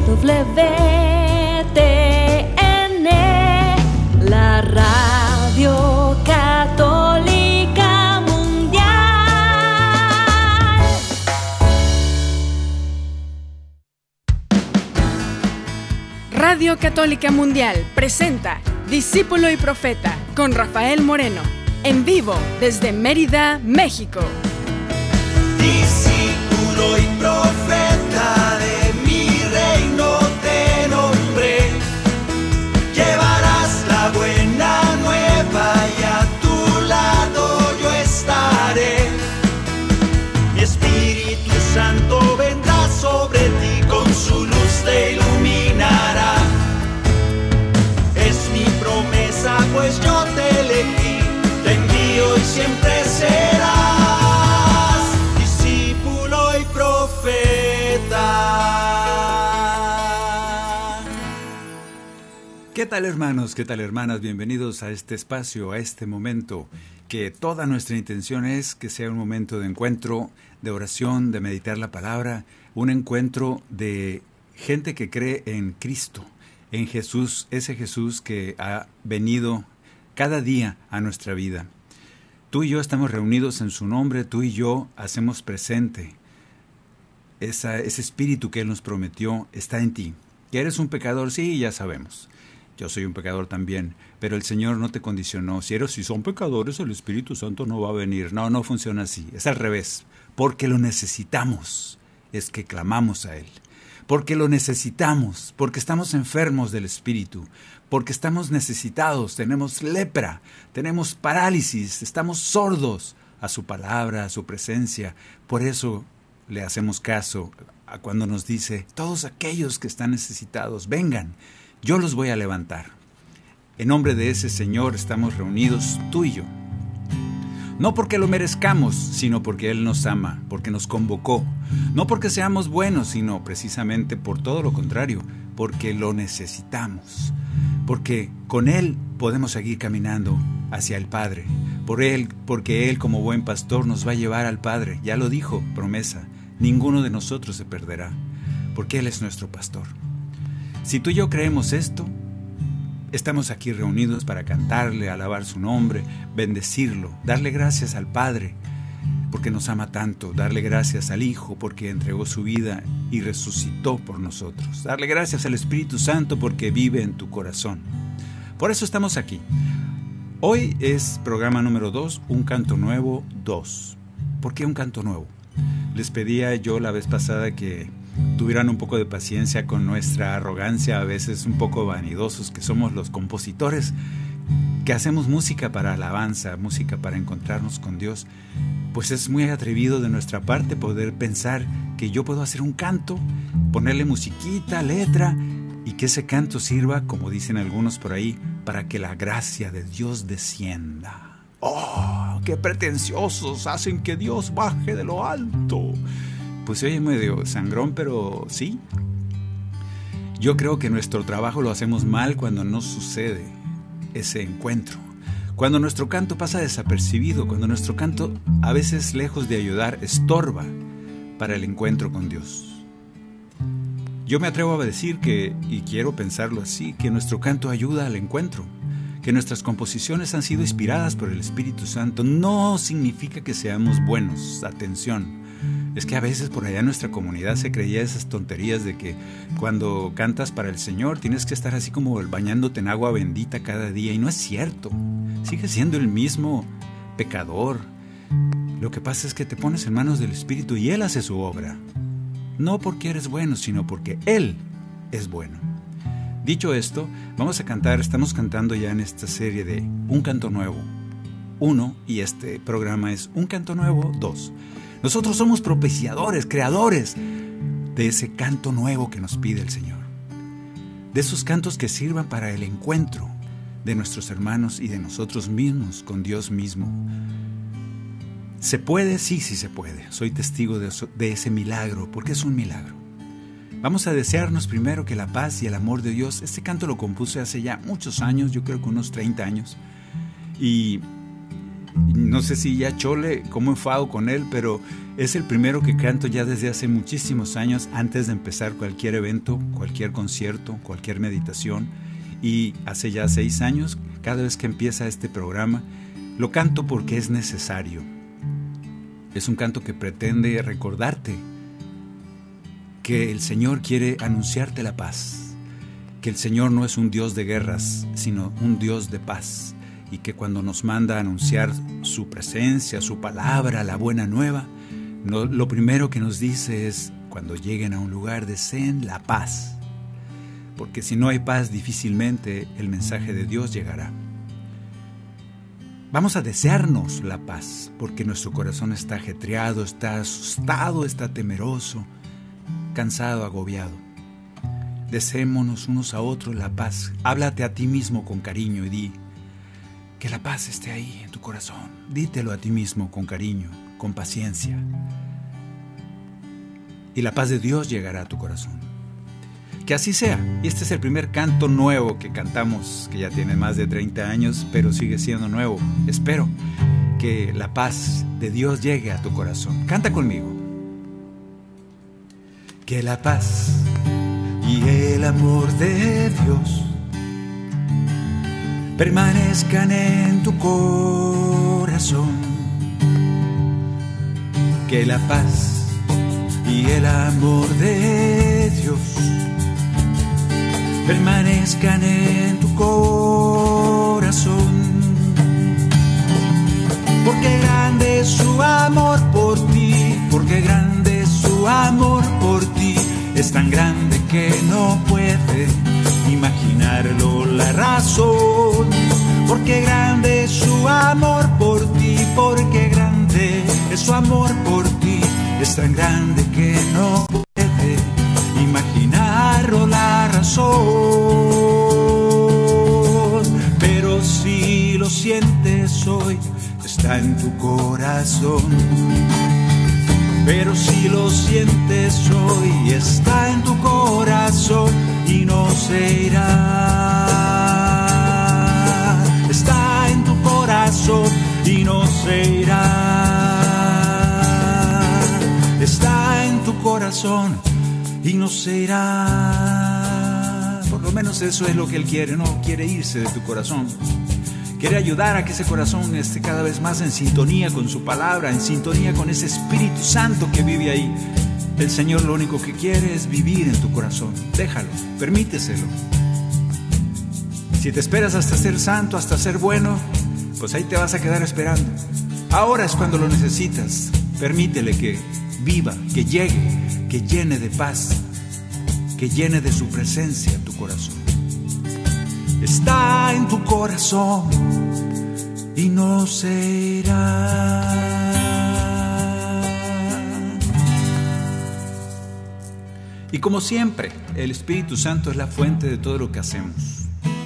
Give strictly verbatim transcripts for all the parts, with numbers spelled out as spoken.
W T N, la Radio Católica Mundial. Radio Católica Mundial presenta Discípulo y Profeta con Rafael Moreno, en vivo desde Mérida, México. Discípulo y profeta de mi reino te nombré, llevarás la buena nueva y a tu lado yo estaré. Mi Espíritu Santo vendrá sobre ti, con su luz te iluminará. Es mi promesa, pues yo te elegí, te envío y siempre serás discípulo y profeta. ¿Qué tal, hermanos? ¿Qué tal, hermanas? Bienvenidos a este espacio, a este momento, que toda nuestra intención es que sea un momento de encuentro, de oración, de meditar la palabra, un encuentro de gente que cree en Cristo, en Jesús, ese Jesús que ha venido cada día a nuestra vida. Tú y yo estamos reunidos en su nombre, tú y yo hacemos presente esa, ese espíritu que Él nos prometió está en ti. ¿Que eres un pecador? Sí, ya sabemos. Yo soy un pecador también, pero el Señor no te condicionó. Si eres, si son pecadores, el Espíritu Santo no va a venir. No, no funciona así. Es al revés. Porque lo necesitamos, es que clamamos a Él. Porque lo necesitamos, porque estamos enfermos del Espíritu, porque estamos necesitados, tenemos lepra, tenemos parálisis, estamos sordos a su palabra, a su presencia. Por eso le hacemos caso a cuando nos dice, todos aquellos que están necesitados, vengan, yo los voy a levantar. En nombre de ese Señor estamos reunidos tú y yo. No porque lo merezcamos, sino porque Él nos ama, porque nos convocó. No porque seamos buenos, sino precisamente por todo lo contrario, porque lo necesitamos. Porque con Él podemos seguir caminando hacia el Padre. Por Él, porque Él como buen pastor nos va a llevar al Padre. Ya lo dijo, promesa, ninguno de nosotros se perderá, porque Él es nuestro pastor. Si tú y yo creemos esto, estamos aquí reunidos para cantarle, alabar su nombre, bendecirlo, darle gracias al Padre porque nos ama tanto, darle gracias al Hijo porque entregó su vida y resucitó por nosotros, darle gracias al Espíritu Santo porque vive en tu corazón. Por eso estamos aquí. Hoy es programa número dos, Un Canto Nuevo dos. ¿Por qué un canto nuevo? Les pedía yo la vez pasada que tuvieran un poco de paciencia con nuestra arrogancia, a veces un poco vanidosos que somos los compositores, que hacemos música para alabanza, música para encontrarnos con Dios. Pues es muy atrevido de nuestra parte poder pensar que yo puedo hacer un canto, ponerle musiquita, letra, y que ese canto sirva, como dicen algunos por ahí, para que la gracia de Dios descienda. ¡Oh, qué pretenciosos! Hacen que Dios baje de lo alto. Pues se oye medio sangrón, pero sí. Yo creo que nuestro trabajo lo hacemos mal cuando no sucede ese encuentro. Cuando nuestro canto pasa desapercibido, cuando nuestro canto, a veces lejos de ayudar, estorba para el encuentro con Dios. Yo me atrevo a decir que, y quiero pensarlo así, que nuestro canto ayuda al encuentro, que nuestras composiciones han sido inspiradas por el Espíritu Santo. No significa que seamos buenos, atención. Es que a veces por allá en nuestra comunidad se creía esas tonterías de que cuando cantas para el Señor tienes que estar así como bañándote en agua bendita cada día, y no es cierto. Sigues siendo el mismo pecador. Lo que pasa es que te pones en manos del Espíritu y Él hace su obra. No porque eres bueno, sino porque Él es bueno. Dicho esto, vamos a cantar, estamos cantando ya en esta serie de Un Canto Nuevo uno, y este programa es Un Canto Nuevo dos. Nosotros somos propiciadores, creadores de ese canto nuevo que nos pide el Señor. De esos cantos que sirvan para el encuentro de nuestros hermanos y de nosotros mismos con Dios mismo. ¿Se puede? Sí, sí se puede. Soy testigo de, eso, de ese milagro, porque es un milagro. Vamos a desearnos primero que la paz y el amor de Dios. Este canto lo compuse hace ya muchos años, yo creo que unos treinta años. Y no sé si ya chole, cómo enfado con él, pero Es el primero que canto ya desde hace muchísimos años, antes de empezar cualquier evento, cualquier concierto, cualquier meditación. Y hace ya seis años, cada vez que empieza este programa, lo canto porque es necesario. Es un canto que pretende recordarte que el Señor quiere anunciarte la paz, que el Señor no es un Dios de guerras, sino un Dios de paz, y que cuando nos manda a anunciar su presencia, su palabra, la buena nueva, no, lo primero que nos dice es, cuando lleguen a un lugar, deseen la paz, porque si no hay paz, difícilmente el mensaje de Dios llegará. Vamos a desearnos la paz, porque nuestro corazón está ajetreado, está asustado, está temeroso, cansado, agobiado. Deseémonos unos a otros la paz. Háblate a ti mismo con cariño y di que la paz esté ahí en tu corazón. Dítelo a ti mismo con cariño, con paciencia. Y la paz de Dios llegará a tu corazón. Que así sea. Y este es el primer canto nuevo que cantamos, que ya tiene más de treinta años, pero sigue siendo nuevo. Espero que la paz de Dios llegue a tu corazón. Canta conmigo. Que la paz y el amor de Dios permanezcan en tu corazón. Que la paz y el amor de Dios permanezcan en tu corazón. Porque grande es su amor por ti, porque grande es su amor por ti. Es tan grande que no puede imaginarlo la razón. Porque grande es su amor por ti, porque grande es su amor por ti. Es tan grande que no puede imaginarlo la razón. Pero si lo sientes hoy, está en tu corazón. Pero si lo sientes hoy, está en tu corazón y no se irá. Está en tu corazón y no se irá. Está en tu corazón y no se irá. Por lo menos eso es lo que Él quiere, no quiere irse de tu corazón. Quiere ayudar a que ese corazón esté cada vez más en sintonía con su palabra, en sintonía con ese Espíritu Santo que vive ahí. El Señor lo único que quiere es vivir en tu corazón. Déjalo, permíteselo. Si te esperas hasta ser santo, hasta ser bueno, pues ahí te vas a quedar esperando. Ahora es cuando lo necesitas. Permítele que viva, que llegue, que llene de paz, que llene de su presencia tu corazón. Está en tu corazón y no se irá. Y como siempre, el Espíritu Santo es la fuente de todo lo que hacemos.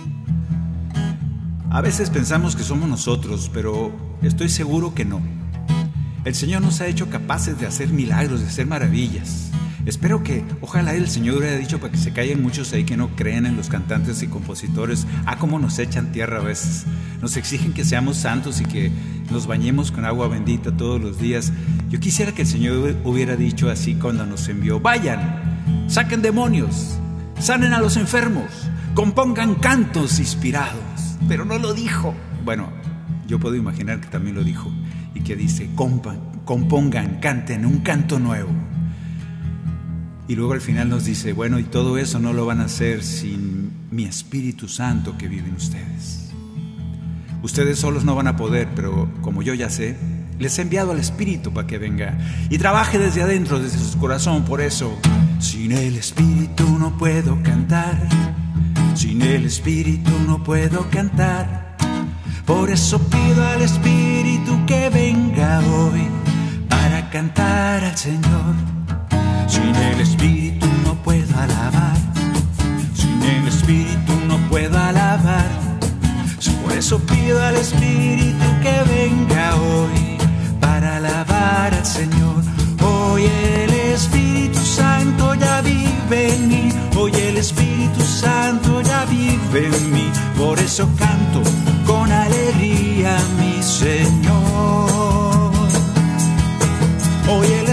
A veces pensamos que somos nosotros, pero estoy seguro que no. El Señor nos ha hecho capaces de hacer milagros, de hacer maravillas. Espero que, ojalá el Señor hubiera dicho para que se callen muchos ahí que no creen en los cantantes y compositores. Ah, cómo nos echan tierra a veces. Nos exigen que seamos santos y que nos bañemos con agua bendita todos los días. Yo quisiera que el Señor hubiera dicho así cuando nos envió: vayan, saquen demonios, sanen a los enfermos, compongan cantos inspirados. Pero no lo dijo. Bueno, yo puedo imaginar que también lo dijo. Y que dice: compa, compongan, canten un canto nuevo. Y luego al final nos dice: bueno, y todo eso no lo van a hacer sin mi Espíritu Santo que vive en ustedes. Ustedes solos no van a poder, pero como yo ya sé, les he enviado al Espíritu para que venga y trabaje desde adentro, desde su corazón. Por eso, sin el Espíritu no puedo cantar, sin el Espíritu no puedo cantar. Por eso pido al Espíritu que venga hoy para cantar al Señor. Sin el Espíritu no puedo alabar, sin el Espíritu no puedo alabar. Por eso pido al Espíritu que venga hoy para alabar al Señor. Hoy el Espíritu Santo ya vive en mí, hoy el Espíritu Santo ya vive en mí. Por eso canto con alegría a mi Señor. Hoy el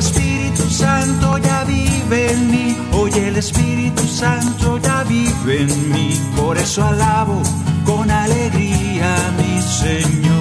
Espíritu Santo ya vive en mí, por eso alabo con alegría a mi Señor.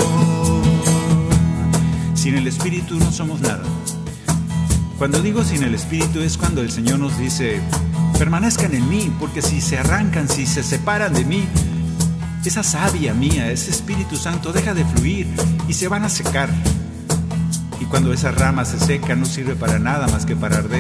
Sin el Espíritu no somos nada. Cuando digo sin el Espíritu es cuando el Señor nos dice, permanezcan en mí, porque si se arrancan, si se separan de mí, esa savia mía, ese Espíritu Santo deja de fluir y se van a secar. Y cuando esa rama se seca no sirve para nada más que para arder.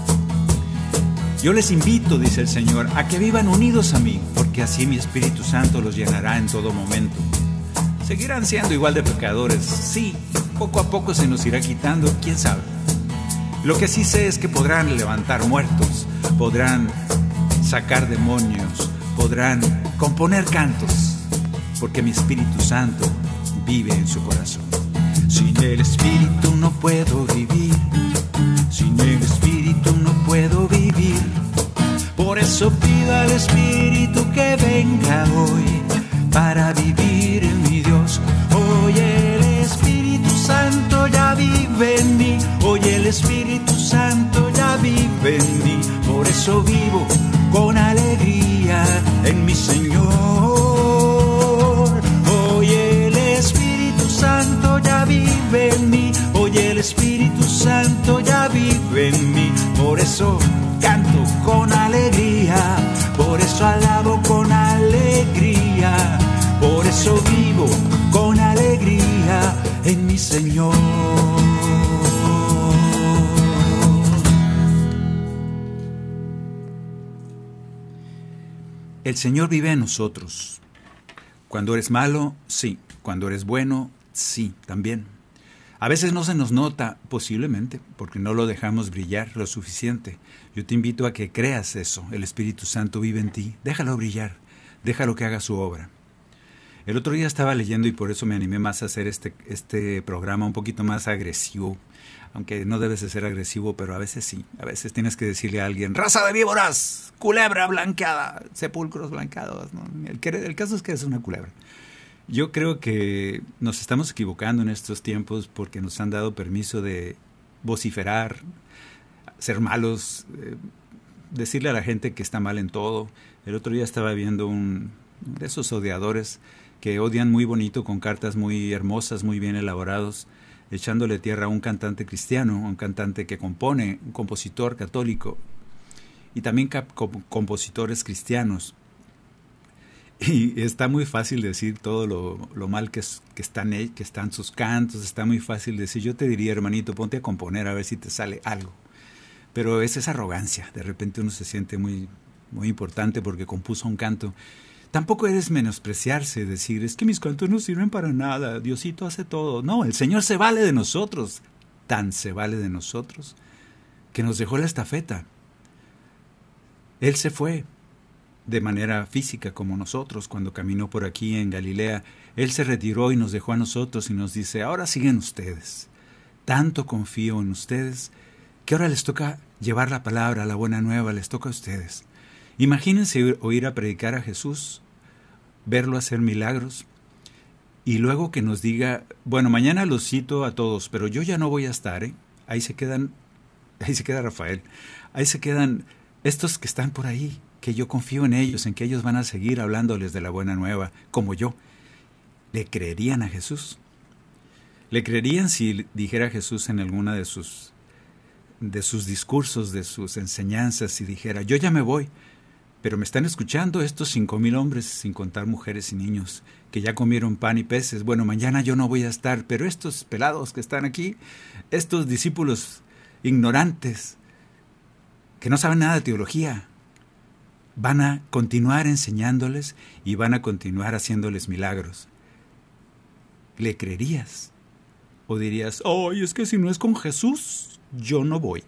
Yo les invito, dice el Señor, a que vivan unidos a mí, porque así mi Espíritu Santo los llenará en todo momento. Seguirán siendo igual de pecadores, sí, poco a poco se nos irá quitando, quién sabe. Lo que sí sé es que podrán levantar muertos, podrán sacar demonios, podrán componer cantos, porque mi Espíritu Santo vive en su corazón. Sin el Espíritu no puedo vivir, sin el Espíritu no puedo vivir. Por eso pido al Espíritu que venga hoy para vivir en mi Dios. Hoy el Espíritu Santo ya vive en mí, hoy el Espíritu Santo ya vive en mí. Por eso vivo con alegría en mi Señor. Hoy el Espíritu Santo ya vive en mí, hoy el Espíritu Santo ya vive en mí. Por eso canto con alegría, por eso alabo con alegría, por eso vivo con alegría en mi Señor. El Señor vive en nosotros. Cuando eres malo, sí. Cuando eres bueno, sí, también. A veces no se nos nota, posiblemente, porque no lo dejamos brillar lo suficiente. Yo te invito a que creas eso. El Espíritu Santo vive en ti. Déjalo brillar. Déjalo que haga su obra. El otro día estaba leyendo y por eso me animé más a hacer este, este programa un poquito más agresivo. Aunque no debes de ser agresivo, pero a veces sí. A veces tienes que decirle a alguien, raza de víboras, culebra blanqueada, sepulcros blanqueados, ¿no? El, el caso es que es una culebra. Yo creo que nos estamos equivocando en estos tiempos porque nos han dado permiso de vociferar, ser malos, eh, decirle a la gente que está mal en todo. El otro día estaba viendo un de esos odiadores que odian muy bonito, con cartas muy hermosas, muy bien elaborados, echándole tierra a un cantante cristiano, un cantante que compone, un compositor católico, y también cap- comp- compositores cristianos. Y está muy fácil decir todo lo, lo mal que, es, que, están, que están sus cantos, está muy fácil decir, yo te diría, hermanito, ponte a componer a ver si te sale algo. Pero es esa arrogancia, de repente uno se siente muy, muy importante porque compuso un canto. Tampoco es menospreciarse, decir, es que mis cantos no sirven para nada, Diosito hace todo. No, el Señor se vale de nosotros, tan se vale de nosotros, que nos dejó la estafeta. Él se fue de manera física como nosotros, cuando caminó por aquí en Galilea. Él se retiró y nos dejó a nosotros y nos dice, ahora siguen ustedes. Tanto confío en ustedes que ahora les toca llevar la palabra, la buena nueva, les toca a ustedes. Imagínense oír a predicar a Jesús, verlo hacer milagros, y luego que nos diga, bueno, mañana los cito a todos, pero yo ya no voy a estar, ¿eh? Ahí se quedan, ahí se queda Rafael, ahí se quedan estos que están por ahí, que yo confío en ellos, en que ellos van a seguir hablándoles de la buena nueva, como yo. ¿Le creerían a Jesús? ¿Le creerían si dijera Jesús en alguna de sus, de sus discursos, de sus enseñanzas, y dijera, yo ya me voy, pero me están escuchando estos cinco mil hombres, sin contar mujeres y niños, que ya comieron pan y peces? Bueno, mañana yo no voy a estar, pero estos pelados que están aquí, estos discípulos ignorantes, que no saben nada de teología, van a continuar enseñándoles y van a continuar haciéndoles milagros. ¿Le creerías? ¿O dirías, ¡ay, es que si no es con Jesús, yo no voy!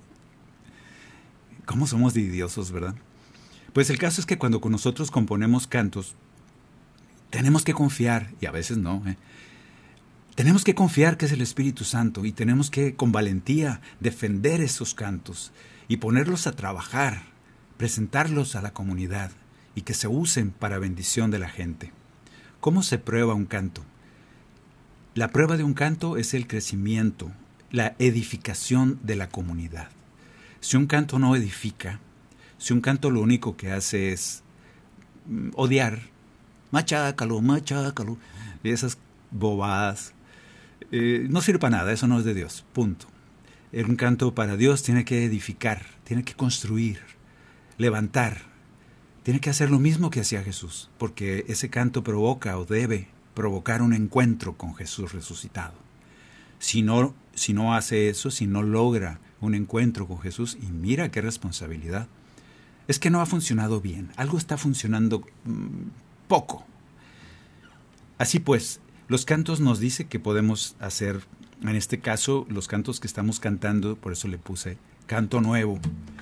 ¿Cómo somos envidiosos, verdad? Pues el caso es que cuando con nosotros componemos cantos, tenemos que confiar, y a veces no, ¿eh? Tenemos que confiar que es el Espíritu Santo y tenemos que, con valentía, defender esos cantos y ponerlos a trabajar, presentarlos a la comunidad y que se usen para bendición de la gente. ¿Cómo se prueba un canto? La prueba de un canto es el crecimiento, la edificación de la comunidad. Si un canto no edifica, Si un canto lo único que hace es odiar, machácalo, machácalo, y esas bobadas, eh, no sirve para nada, eso no es de Dios, punto. Un canto para Dios tiene que edificar, tiene que construir, levantar, tiene que hacer lo mismo que hacía Jesús, porque ese canto provoca o debe provocar un encuentro con Jesús resucitado. Si no, si no hace eso, si no logra un encuentro con Jesús, y mira qué responsabilidad, es que no ha funcionado bien, algo está funcionando mmm, poco. Así pues, los cantos nos dice que podemos hacer, en este caso, los cantos que estamos cantando, por eso le puse canto nuevo.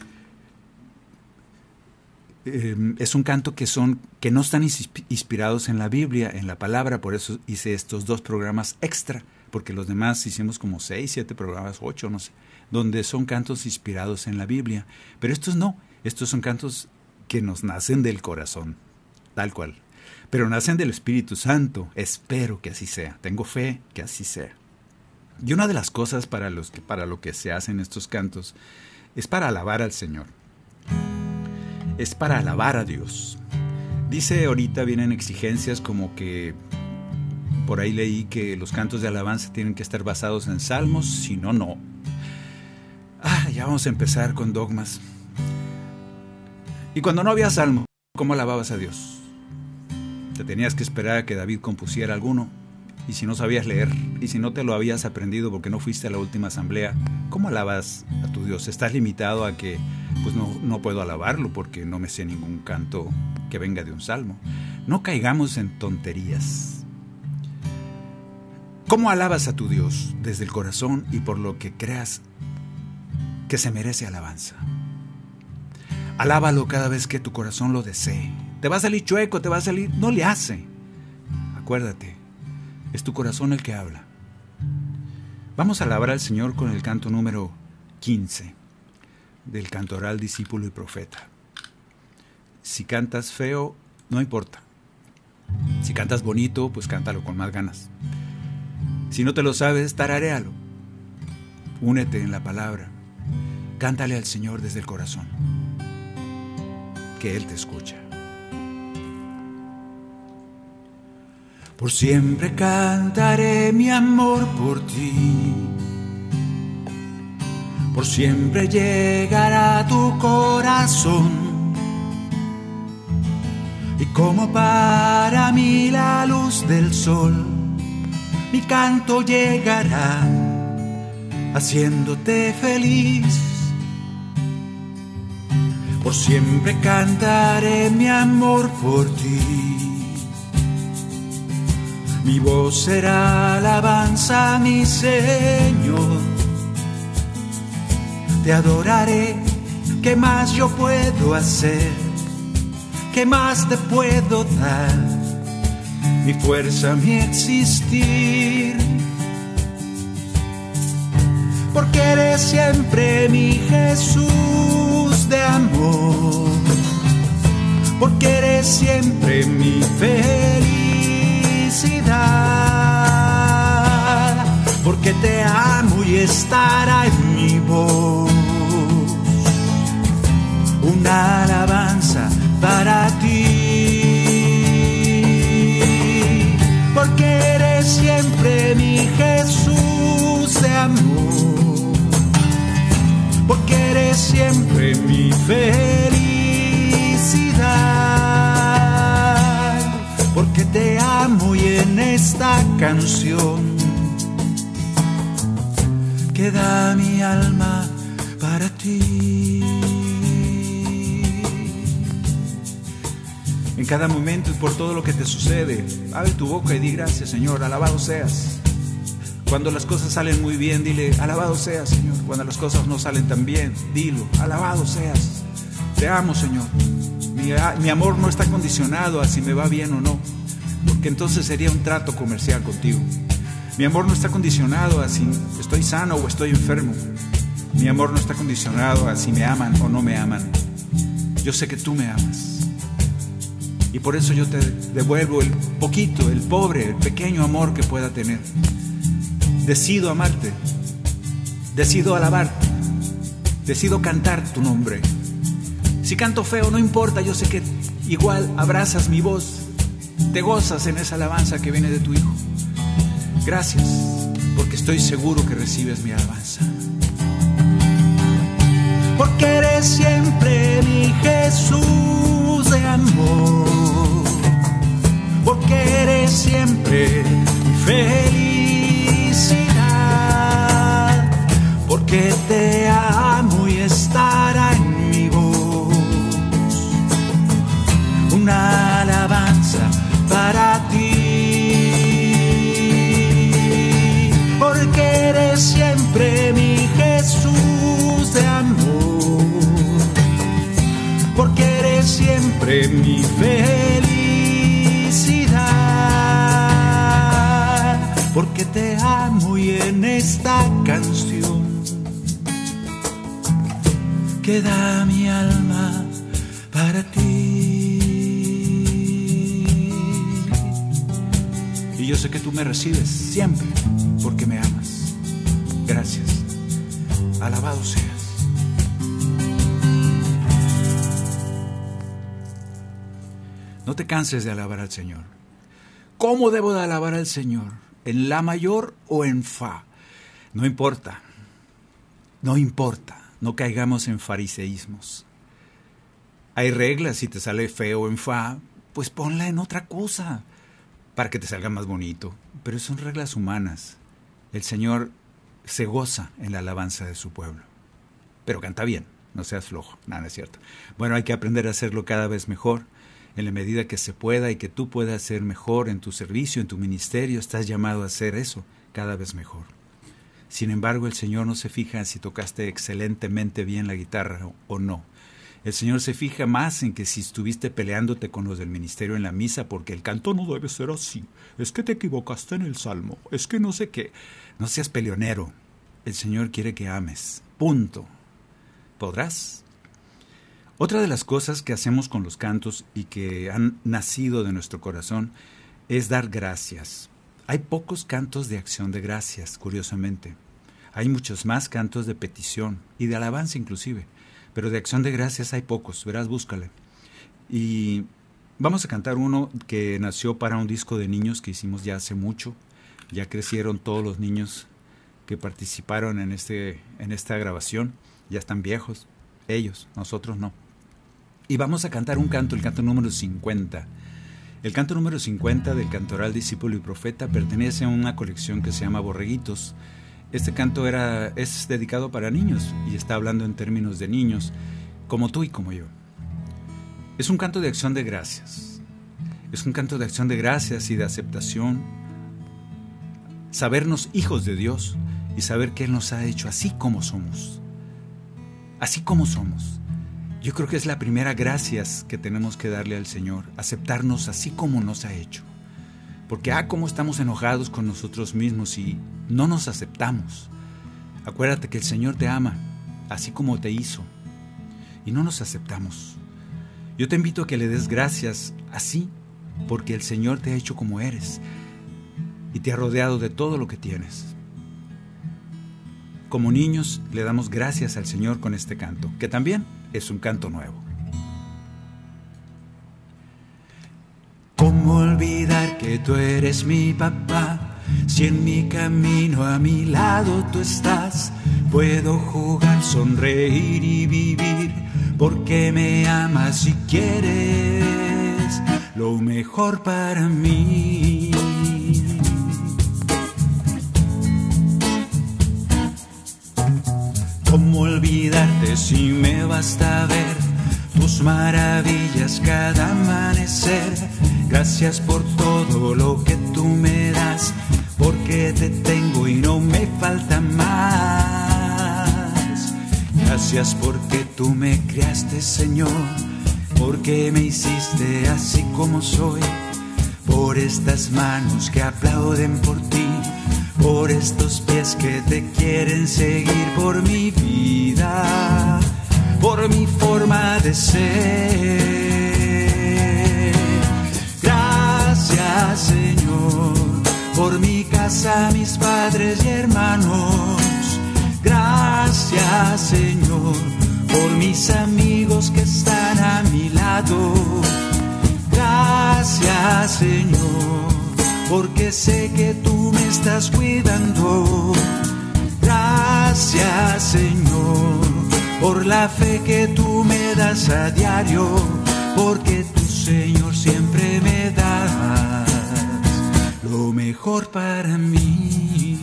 Eh, es un canto que son que no están inspirados en la Biblia, en la palabra, por eso hice estos dos programas extra, porque los demás hicimos como seis, siete programas, ocho, no sé, donde son cantos inspirados en la Biblia. Pero estos no, estos son cantos que nos nacen del corazón, tal cual. Pero nacen del Espíritu Santo. Espero que así sea. Tengo fe que así sea. Y una de las cosas para, los que, para lo que se hacen estos cantos es para alabar al Señor. Es para alabar a Dios. Dice ahorita, vienen exigencias como que, por ahí leí que los cantos de alabanza tienen que estar basados en salmos, si no, no. Ah, ya vamos a empezar con dogmas. Y cuando no había salmo, ¿cómo alababas a Dios? Te tenías que esperar a que David compusiera alguno, y si no sabías leer, y si no te lo habías aprendido porque no fuiste a la última asamblea, ¿cómo alabas a tu Dios? Estás limitado a que, pues no, no puedo alabarlo porque no me sé ningún canto que venga de un salmo. No caigamos en tonterías. ¿Cómo alabas a tu Dios? Desde el corazón y por lo que creas que se merece alabanza. Alábalo cada vez que tu corazón lo desee. Te va a salir chueco, te va a salir... No le hace. Acuérdate, es tu corazón el que habla. Vamos a alabar al Señor con el canto número quince del cantoral Discípulo y Profeta. Si cantas feo, no importa. Si cantas bonito, pues cántalo con más ganas. Si no te lo sabes, tararéalo. Únete en la palabra. Cántale al Señor desde el corazón, que Él te escucha. Por siempre cantaré mi amor por ti. Por siempre llegará a tu corazón. Y como para mí la luz del sol, mi canto llegará haciéndote feliz. Por siempre cantaré mi amor por ti. Mi voz será alabanza, mi Señor. Te adoraré, ¿qué más yo puedo hacer? ¿Qué más te puedo dar? Mi fuerza, mi existir. Porque eres siempre mi Jesús de amor. Porque eres siempre mi felicidad. Porque te amo y estará en mi voz una alabanza para ti. Porque eres siempre mi Jesús de amor. Porque eres siempre mi felicidad. Porque te amo y en esta canción queda mi alma para ti. En cada momento y por todo lo que te sucede, abre tu boca y di gracias, Señor, alabado seas. Cuando las cosas salen muy bien, dile, alabado seas, Señor. Cuando las cosas no salen tan bien, dilo, alabado seas. Te amo, Señor. Mi, mi amor no está condicionado a si me va bien o no, porque entonces sería un trato comercial contigo. Mi amor no está condicionado a si estoy sano o estoy enfermo. Mi amor no está condicionado a si me aman o no me aman. Yo sé que tú me amas. Y por eso yo te devuelvo el poquito, el pobre, el pequeño amor que pueda tener. Decido amarte. Decido alabarte. Decido cantar tu nombre. Si canto feo, no importa, yo sé que igual abrazas mi voz, te gozas en esa alabanza que viene de tu Hijo. Gracias, porque estoy seguro que recibes mi alabanza. Porque eres siempre mi Jesús de amor, porque eres siempre mi felicidad, porque te amo y estará en mi voz una alabanza para ti, porque eres siempre mi Jesús de amor, porque eres siempre mi felicidad, porque te amo y en esta canción queda mi alma para ti. Y yo sé que tú me recibes siempre porque me amas. Gracias. Alabado seas. No te canses de alabar al Señor. ¿Cómo debo de alabar al Señor? ¿En la mayor o en fa? No importa. No importa. No caigamos en fariseísmos. Hay reglas, si te sale feo en fa, pues ponla en otra cosa para que te salga más bonito. Pero son reglas humanas. El Señor se goza en la alabanza de su pueblo. Pero canta bien, no seas flojo. Nada, no es cierto. Bueno, hay que aprender a hacerlo cada vez mejor. En la medida que se pueda y que tú puedas ser mejor en tu servicio, en tu ministerio, estás llamado a hacer eso cada vez mejor. Sin embargo, el Señor no se fija si tocaste excelentemente bien la guitarra o no. El Señor se fija más en que si estuviste peleándote con los del ministerio en la misa porque el canto no debe ser así, es que te equivocaste en el salmo, es que no sé qué. No seas peleonero. El Señor quiere que ames. Punto. ¿Podrás? Otra de las cosas que hacemos con los cantos y que han nacido de nuestro corazón es dar gracias. Hay pocos cantos de acción de gracias, curiosamente. Hay muchos más cantos de petición y de alabanza inclusive, pero de acción de gracias hay pocos, verás, búscale. Y vamos a cantar uno que nació para un disco de niños que hicimos ya hace mucho. Ya crecieron todos los niños que participaron en, este, en esta grabación, ya están viejos, ellos, nosotros no. Y vamos a cantar un canto, el canto número cincuenta. El canto número cincuenta del Cantoral Discípulo y Profeta pertenece a una colección que se llama Borreguitos. Este canto era, es dedicado para niños y está hablando en términos de niños, como tú y como yo. Es un canto de acción de gracias. Es un canto de acción de gracias y de aceptación. Sabernos hijos de Dios y saber que Él nos ha hecho así como somos. Así como somos. Yo creo que es la primera gracias que tenemos que darle al Señor, aceptarnos así como nos ha hecho. Porque, ah, cómo estamos enojados con nosotros mismos y no nos aceptamos. Acuérdate que el Señor te ama, así como te hizo, y no nos aceptamos. Yo te invito a que le des gracias así, porque el Señor te ha hecho como eres y te ha rodeado de todo lo que tienes. Como niños, le damos gracias al Señor con este canto, que también es un canto nuevo. ¿Cómo olvidar que tú eres mi papá? Si en mi camino a mi lado tú estás, puedo jugar, sonreír y vivir, porque me amas y quieres lo mejor para mí. ¿Cómo olvidarte si me basta ver tus maravillas cada amanecer? Gracias por todo lo que tú me das, porque te tengo y no me falta más. Gracias porque tú me criaste, Señor, porque me hiciste así como soy, por estas manos que aplauden por ti, por estos pies que te quieren seguir, por mi vida, por mi forma de ser. Gracias, Señor, por mi casa, mis padres y hermanos. Gracias, Señor, por mis amigos que están a mi lado. Gracias, Señor, porque sé que tú me estás cuidando. Gracias, Señor, por la fe que tú me das a diario, porque tú, Señor, siempre me das lo mejor para mí.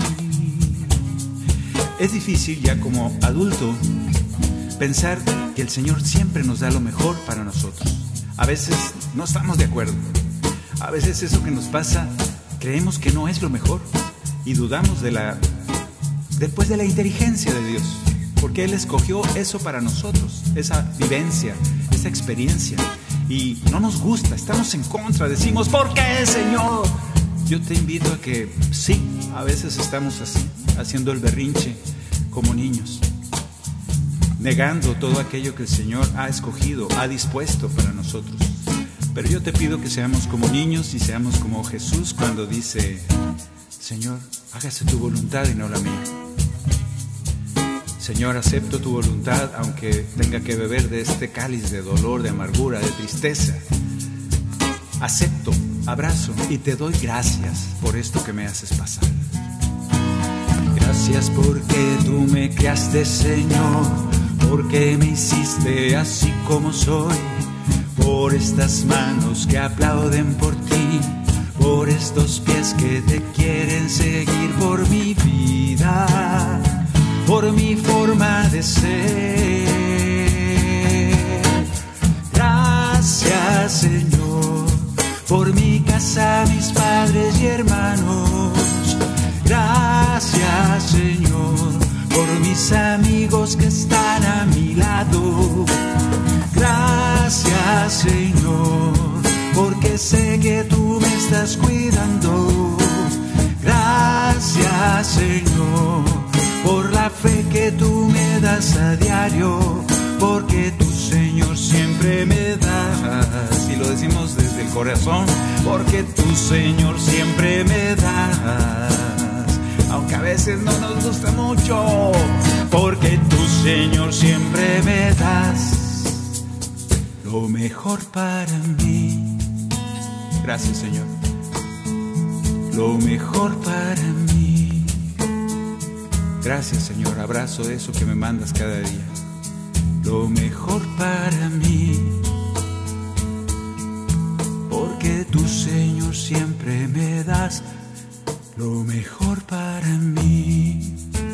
Es difícil ya como adulto pensar que el Señor siempre nos da lo mejor para nosotros. A veces no estamos de acuerdo. A veces eso que nos pasa creemos que no es lo mejor y dudamos de la después de la inteligencia de Dios, porque Él escogió eso para nosotros, esa vivencia, esa experiencia, y no nos gusta, estamos en contra, decimos, ¿por qué, Señor? Yo te invito a que sí, a veces estamos así, haciendo el berrinche como niños, negando todo aquello que el Señor ha escogido, ha dispuesto para nosotros. Pero yo te pido que seamos como niños y seamos como Jesús cuando dice, Señor, hágase tu voluntad y no la mía. Señor, acepto tu voluntad aunque tenga que beber de este cáliz de dolor, de amargura, de tristeza. Acepto, abrazo y te doy gracias por esto que me haces pasar. Gracias porque tú me creaste, Señor, porque me hiciste así como soy, por estas manos que aplauden por ti, por estos pies que te quieren seguir, por mi vida, por mi forma de ser. Gracias, Señor, por mi casa, mis padres y hermanos. Gracias, Señor, por mis amigos que están a mi lado. Gracias, Señor, porque sé que tú me estás cuidando. Gracias, Señor, por la fe que tú me das a diario, porque tú, Señor, siempre me das. Y lo decimos desde el corazón, porque tú, Señor, siempre me das, aunque a veces no nos gusta mucho, porque tú, Señor, siempre me das lo mejor para mí. Gracias, Señor. Lo mejor para mí. Gracias, Señor. Abrazo eso que me mandas cada día. Lo mejor para mí, porque tú, Señor, siempre me das lo mejor para mí.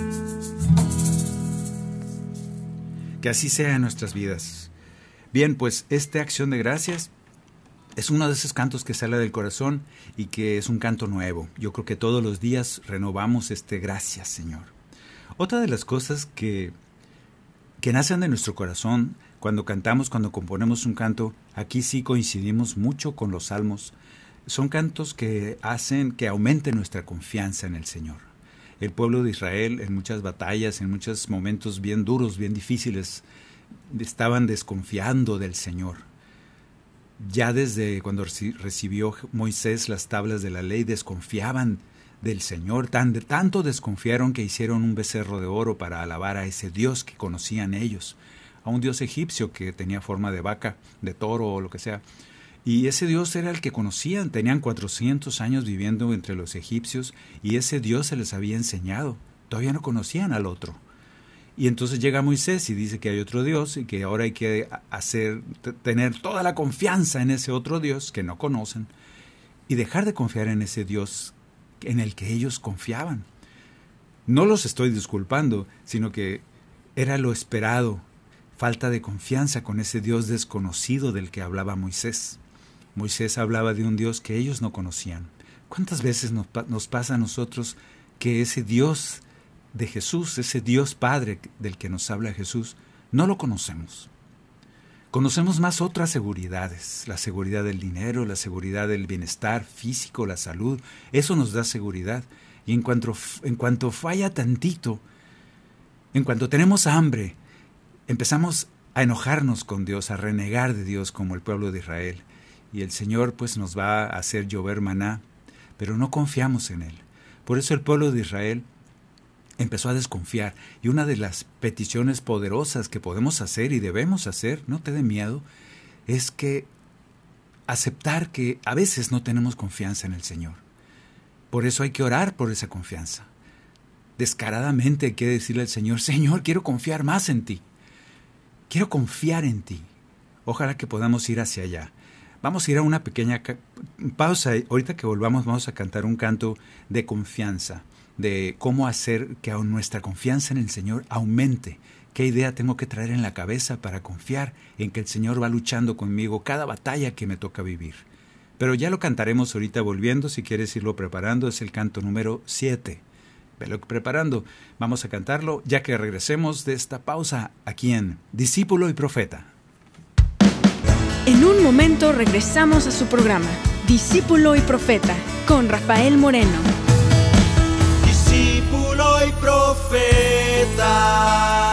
Que así sea en nuestras vidas. Bien, pues esta acción de gracias es uno de esos cantos que sale del corazón y que es un canto nuevo. Yo creo que todos los días renovamos este gracias, Señor. Otra de las cosas que, que nacen de nuestro corazón cuando cantamos, cuando componemos un canto, aquí sí coincidimos mucho con los salmos. Son cantos que hacen que aumente nuestra confianza en el Señor. El pueblo de Israel en muchas batallas, en muchos momentos bien duros, bien difíciles, estaban desconfiando del Señor. Ya desde cuando recibió Moisés las tablas de la ley, desconfiaban del Señor. Tan, tanto desconfiaron que hicieron un becerro de oro para alabar a ese Dios que conocían ellos, a un Dios egipcio que tenía forma de vaca, de toro o lo que sea. Y ese Dios era el que conocían, tenían cuatrocientos años viviendo entre los egipcios y ese Dios se les había enseñado, todavía no conocían al otro. Y entonces llega Moisés y dice que hay otro Dios y que ahora hay que hacer, t- tener toda la confianza en ese otro Dios que no conocen y dejar de confiar en ese Dios en el que ellos confiaban. No los estoy disculpando, sino que era lo esperado, falta de confianza con ese Dios desconocido del que hablaba Moisés. Moisés hablaba de un Dios que ellos no conocían. ¿Cuántas veces nos, nos pasa a nosotros que ese Dios de Jesús, ese Dios Padre del que nos habla Jesús, no lo conocemos? Conocemos más otras seguridades, la seguridad del dinero, la seguridad del bienestar físico, la salud, eso nos da seguridad. Y en cuanto, en cuanto falla tantito, en cuanto tenemos hambre, empezamos a enojarnos con Dios, a renegar de Dios como el pueblo de Israel. Y el Señor pues nos va a hacer llover maná, pero no confiamos en Él. Por eso el pueblo de Israel empezó a desconfiar. Y una de las peticiones poderosas que podemos hacer y debemos hacer, no te dé miedo, es que aceptar que a veces no tenemos confianza en el Señor. Por eso hay que orar por esa confianza. Descaradamente hay que decirle al Señor, Señor, quiero confiar más en ti. Quiero confiar en ti. Ojalá que podamos ir hacia allá. Vamos a ir a una pequeña ca- pausa. Ahorita que volvamos vamos a cantar un canto de confianza, de cómo hacer que nuestra confianza en el Señor aumente. ¿Qué idea tengo que traer en la cabeza para confiar en que el Señor va luchando conmigo cada batalla que me toca vivir? Pero ya lo cantaremos ahorita volviendo, si quieres irlo preparando, es el canto número siete. Velo preparando, vamos a cantarlo ya que regresemos de esta pausa aquí en Discípulo y Profeta. En un momento regresamos a su programa, Discípulo y Profeta, con Rafael Moreno. Discípulo y Profeta.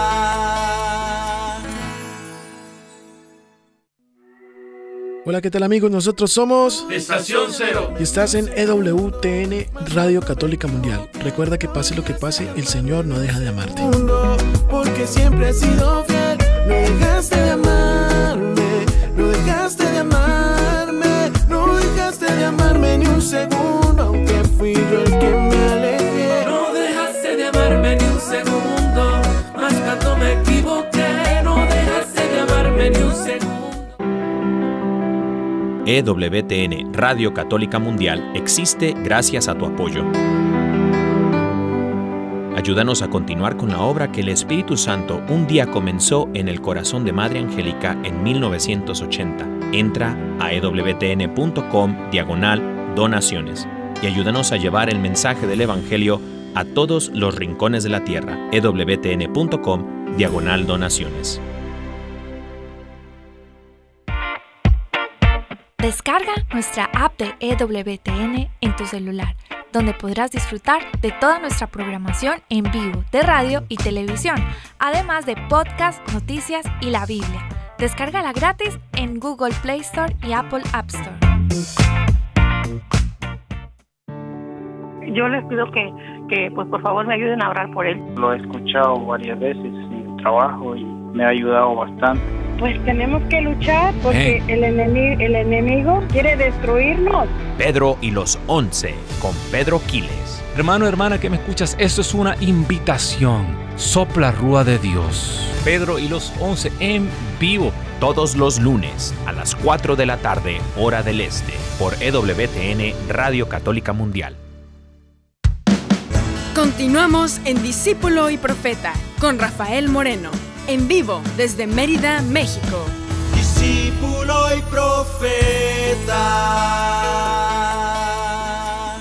Hola, ¿qué tal amigos? Nosotros somos Estación Cero y estás en E W T N Radio Católica Mundial. Recuerda que pase lo que pase, el Señor no deja de amarte. Porque siempre has sido fiel, no dejaste de amarme, no dejaste de amarme, no dejaste de amarme ni un segundo, aunque fui yo el que me alejé. No dejaste de amarme ni un segundo, más cuando me equivoqué, no dejaste de amarme ni un segundo. E W T N Radio Católica Mundial existe gracias a tu apoyo. Ayúdanos a continuar con la obra que el Espíritu Santo un día comenzó en el corazón de Madre Angélica en mil novecientos ochenta. Entra a ewtn.com diagonal donaciones y ayúdanos a llevar el mensaje del Evangelio a todos los rincones de la tierra. ewtn.com diagonal donaciones. Descarga nuestra app de E W T N en tu celular, donde podrás disfrutar de toda nuestra programación en vivo de radio y televisión, además de podcast, noticias y la Biblia. Descárgala gratis en Google Play Store y Apple App Store. Yo les pido que, que pues por favor me ayuden a orar por él. Lo he escuchado varias veces en el trabajo y me ha ayudado bastante. Pues tenemos que luchar porque Eh. el, enemi- el enemigo quiere destruirnos. Pedro y los once con Pedro Quiles. Hermano, hermana que me escuchas, esto es una invitación. Sopla Rúa de Dios. Pedro y los once en vivo. Todos los lunes a las cuatro de la tarde, hora del este, por E W T N Radio Católica Mundial. Continuamos en Discípulo y Profeta con Rafael Moreno, en vivo desde Mérida, México. Discípulo y Profeta.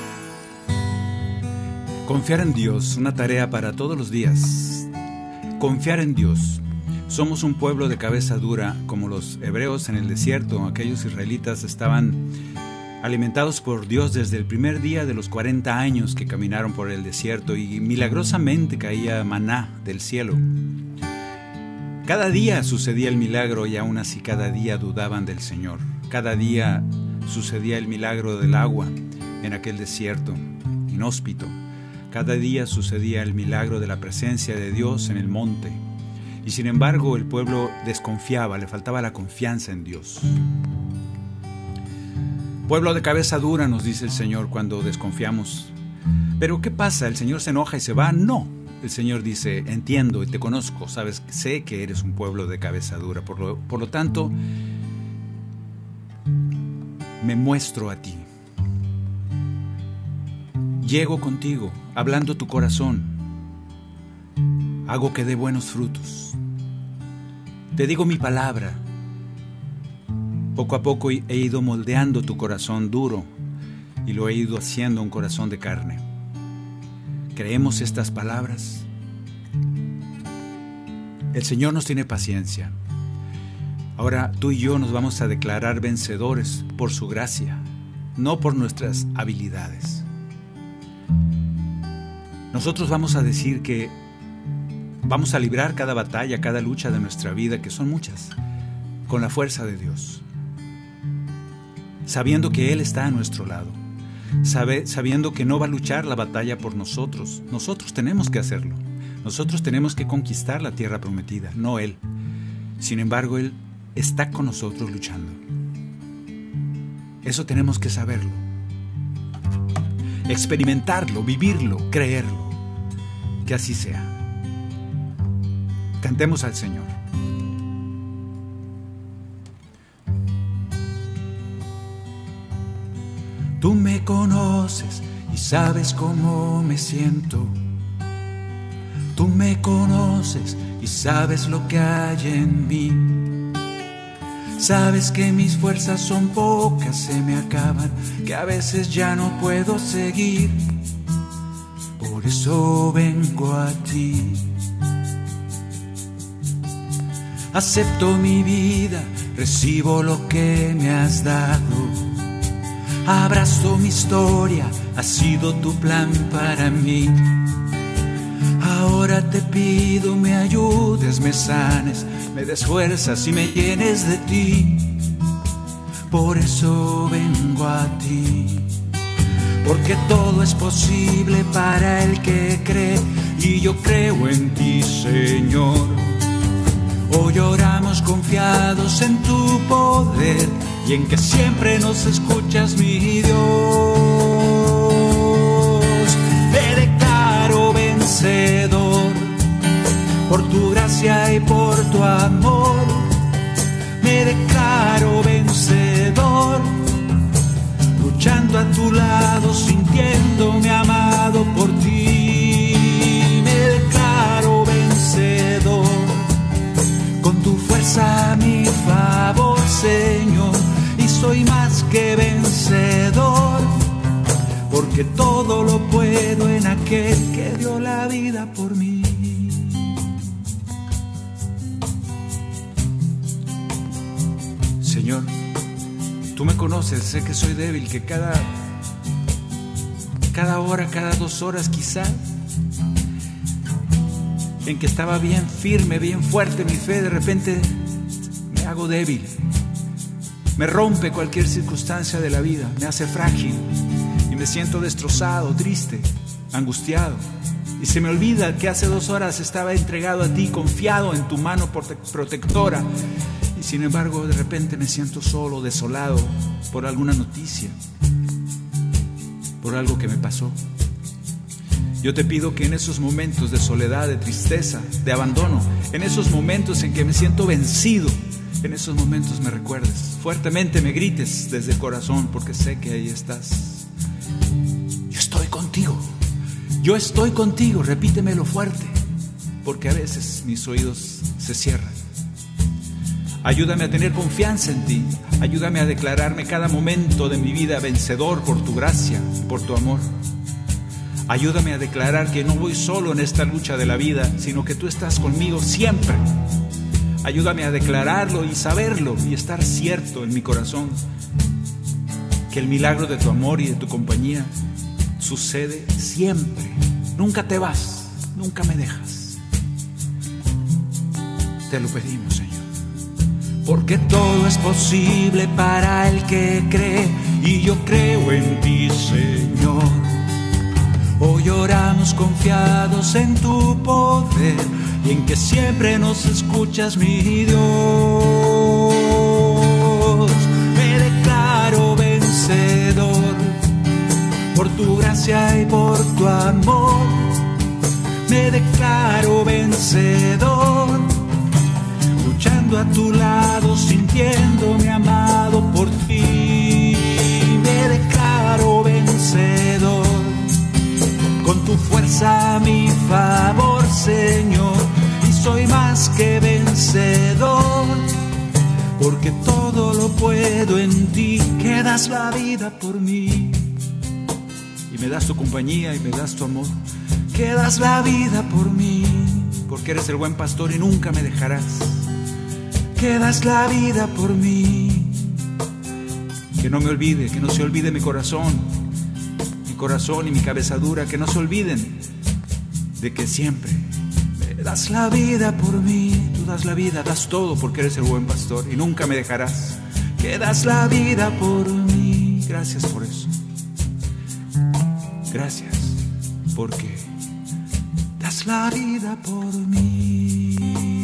Confiar en Dios, una tarea para todos los días. Confiar en Dios. Somos un pueblo de cabeza dura, como los hebreos en el desierto. Aquellos israelitas estaban alimentados por Dios desde el primer día de los cuarenta años que caminaron por el desierto y milagrosamente caía maná del cielo. Cada día sucedía el milagro y aún así cada día dudaban del Señor. Cada día sucedía el milagro del agua en aquel desierto inhóspito. Cada día sucedía el milagro de la presencia de Dios en el monte. Y sin embargo el pueblo desconfiaba, le faltaba la confianza en Dios. Pueblo de cabeza dura, nos dice el Señor cuando desconfiamos. ¿Pero qué pasa? ¿El Señor se enoja y se va? No. El Señor dice, entiendo y te conozco, sabes, sé que eres un pueblo de cabeza dura. Por lo, por lo tanto, me muestro a ti. Llego contigo, hablando tu corazón. Hago que dé buenos frutos. Te digo mi palabra. Poco a poco he ido moldeando tu corazón duro y lo he ido haciendo un corazón de carne. ¿Creemos estas palabras? El Señor nos tiene paciencia. Ahora tú y yo nos vamos a declarar vencedores por su gracia, no por nuestras habilidades. Nosotros vamos a decir que vamos a librar cada batalla, cada lucha de nuestra vida, que son muchas, con la fuerza de Dios, sabiendo que Él está a nuestro lado. sabe, sabiendo que no va a luchar la batalla por nosotros. Nosotros tenemos que hacerlo. Nosotros tenemos que conquistar la tierra prometida, no Él. Sin embargo, Él está con nosotros luchando. Eso tenemos que saberlo, experimentarlo, vivirlo, creerlo. Que así sea. Cantemos al Señor. Tú me conoces y sabes cómo me siento. Tú me conoces y sabes lo que hay en mí. Sabes que mis fuerzas son pocas, se me acaban, que a veces ya no puedo seguir. Por eso vengo a ti. Acepto mi vida, recibo lo que me has dado. Abrazo mi historia, ha sido tu plan para mí. Ahora te pido me ayudes, me sanes, me des fuerzas y me llenes de ti. Por eso vengo a ti. Porque todo es posible para el que cree, y yo creo en ti, Señor. Hoy oramos confiados en tu poder y en que siempre nos escuchas, mi Dios. Me declaro vencedor por tu gracia y por tu amor. Me declaro vencedor, luchando a tu lado, sintiéndome amado por ti. Me declaro vencedor, con tu fuerza a mi favor, Señor. Y soy más que vencedor, porque todo lo puedo en aquel que dio la vida por mí. Señor, tú me conoces, sé que soy débil, que cada, cada hora, cada dos horas quizá, en que estaba bien firme, bien fuerte mi fe, de repente me hago débil. Me rompe cualquier circunstancia de la vida, me hace frágil y me siento destrozado, triste, angustiado. Y se me olvida que hace dos horas estaba entregado a ti, confiado en tu mano prote- protectora. Y sin embargo, de repente me siento solo, desolado por alguna noticia, por algo que me pasó. Yo te pido que en esos momentos de soledad, de tristeza, de abandono, en esos momentos en que me siento vencido, en esos momentos me recuerdes, fuertemente me grites desde el corazón, porque sé que ahí estás. Yo estoy contigo, yo estoy contigo, repítemelo fuerte, porque a veces mis oídos se cierran. Ayúdame a tener confianza en ti, ayúdame a declararme cada momento de mi vida vencedor por tu gracia, por tu amor. Ayúdame a declarar que no voy solo en esta lucha de la vida, sino que tú estás conmigo siempre. Ayúdame a declararlo y saberlo y estar cierto en mi corazón que el milagro de tu amor y de tu compañía sucede siempre. Nunca te vas, nunca me dejas. Te lo pedimos, Señor. Porque todo es posible para el que cree, y yo creo en ti, Señor. Hoy oramos confiados en tu poder y en que siempre nos escuchas, mi Dios. Me declaro vencedor por tu gracia y por tu amor. Me declaro vencedor, luchando a tu lado, sintiéndome amado por ti. Me declaro vencedor, con tu fuerza a mi favor, Señor. Y soy más que vencedor, porque todo lo puedo en ti, que das la vida por mí. Y me das tu compañía y me das tu amor, que das la vida por mí, porque eres el buen pastor y nunca me dejarás. Que das la vida por mí, que no me olvide, que no se olvide mi corazón, mi corazón y mi cabeza dura, que no se olviden de que siempre me das la vida por mí. Tú das la vida, das todo, porque eres el buen pastor y nunca me dejarás. Que das la vida por mí, gracias por eso. Gracias, porque das la vida por mí.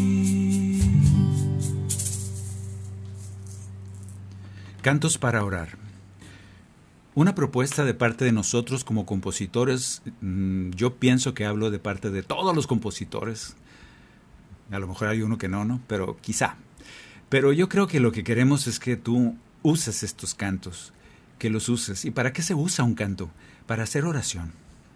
Cantos para orar. Una propuesta de parte de nosotros como compositores. Yo pienso que hablo de parte de todos los compositores. A lo mejor hay uno que no, ¿no? Pero quizá. Pero yo creo que lo que queremos es que tú uses estos cantos, que los uses. ¿Y para qué se usa un canto? Para hacer oración.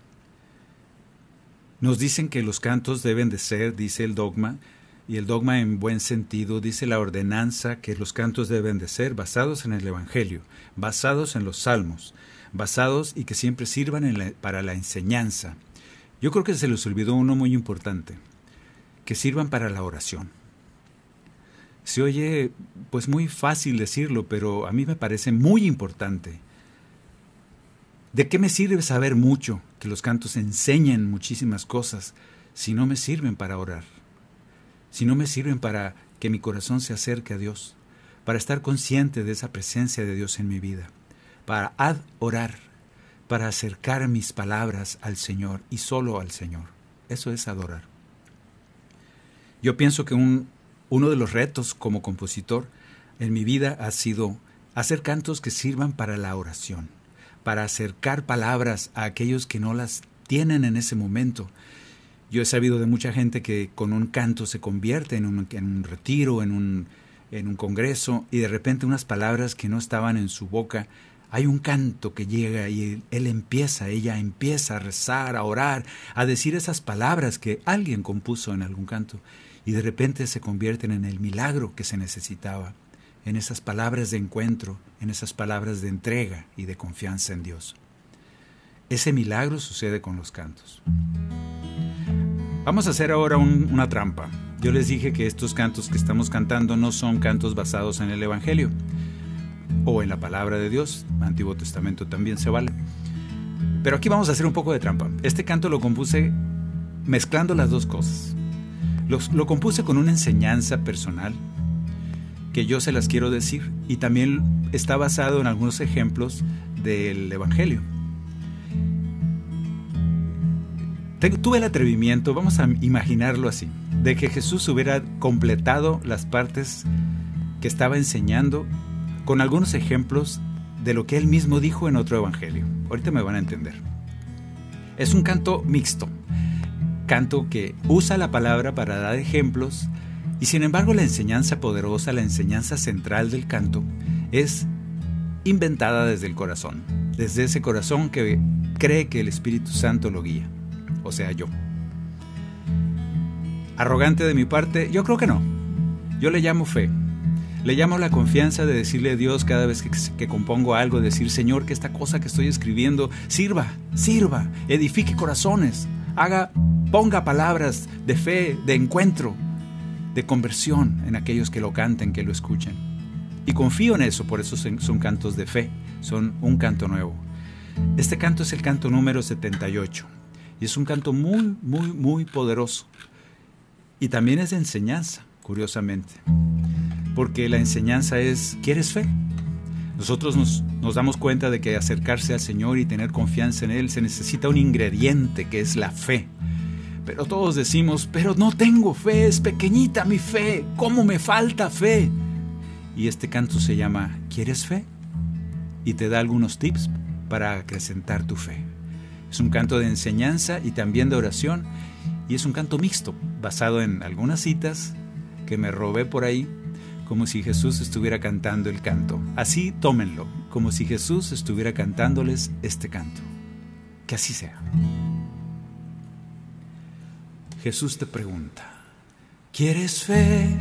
Nos dicen que los cantos deben de ser, dice el dogma, y el dogma en buen sentido, dice la ordenanza, que los cantos deben de ser basados en el Evangelio, basados en los salmos, basados y que siempre sirvan en la, para la enseñanza. Yo creo que se les olvidó uno muy importante, que sirvan para la oración. Se oye pues muy fácil decirlo, pero a mí me parece muy importante. ¿De qué me sirve saber mucho, que los cantos enseñen muchísimas cosas, si no me sirven para orar? Si no me sirven para que mi corazón se acerque a Dios, para estar consciente de esa presencia de Dios en mi vida, para adorar, para acercar mis palabras al Señor y solo al Señor. Eso es adorar. Yo pienso que un, uno de los retos como compositor en mi vida ha sido hacer cantos que sirvan para la oración, para acercar palabras a aquellos que no las tienen en ese momento. Yo he sabido de mucha gente que con un canto se convierte en un, en un retiro, en un, en un congreso, y de repente unas palabras que no estaban en su boca, hay un canto que llega y él, él empieza, ella empieza a rezar, a orar, a decir esas palabras que alguien compuso en algún canto, y de repente se convierten en el milagro que se necesitaba, en esas palabras de encuentro, en esas palabras de entrega y de confianza en Dios. Ese milagro sucede con los cantos. Vamos a hacer ahora un, una trampa. Yo les dije que estos cantos que estamos cantando no son cantos basados en el Evangelio o en la palabra de Dios. Antiguo Testamento también se vale. Pero aquí vamos a hacer un poco de trampa. Este canto lo compuse mezclando las dos cosas. Lo, lo compuse con una enseñanza personal que yo se las quiero decir, y también está basado en algunos ejemplos del Evangelio. Tuve el atrevimiento, vamos a imaginarlo así, de que Jesús hubiera completado las partes que estaba enseñando con algunos ejemplos de lo que él mismo dijo en otro evangelio. Ahorita me van a entender. Es un canto mixto, canto que usa la palabra para dar ejemplos, y sin embargo la enseñanza poderosa, la enseñanza central del canto, es inventada desde el corazón, desde ese corazón que cree que el Espíritu Santo lo guía. O sea, yo. Arrogante de mi parte, yo creo que no. Yo le llamo fe. Le llamo la confianza de decirle a Dios cada vez que, que compongo algo, decir, Señor, que esta cosa que estoy escribiendo sirva, sirva, edifique corazones, haga, ponga palabras de fe, de encuentro, de conversión en aquellos que lo canten, que lo escuchen. Y confío en eso, por eso son, son cantos de fe, son un canto nuevo. Este canto es el canto número setenta y ocho. Y es un canto muy, muy, muy poderoso. Y también es de enseñanza, curiosamente. Porque la enseñanza es, ¿quieres fe? Nosotros nos, nos damos cuenta de que acercarse al Señor y tener confianza en Él se necesita un ingrediente que es la fe. Pero todos decimos, pero no tengo fe, es pequeñita mi fe, ¿cómo me falta fe? Y este canto se llama, ¿quieres fe? Y te da algunos tips para acrecentar tu fe. Es un canto de enseñanza y también de oración, y es un canto mixto, basado en algunas citas que me robé por ahí, como si Jesús estuviera cantando el canto. Así tómenlo, como si Jesús estuviera cantándoles este canto. Que así sea. Jesús te pregunta, ¿quieres fe?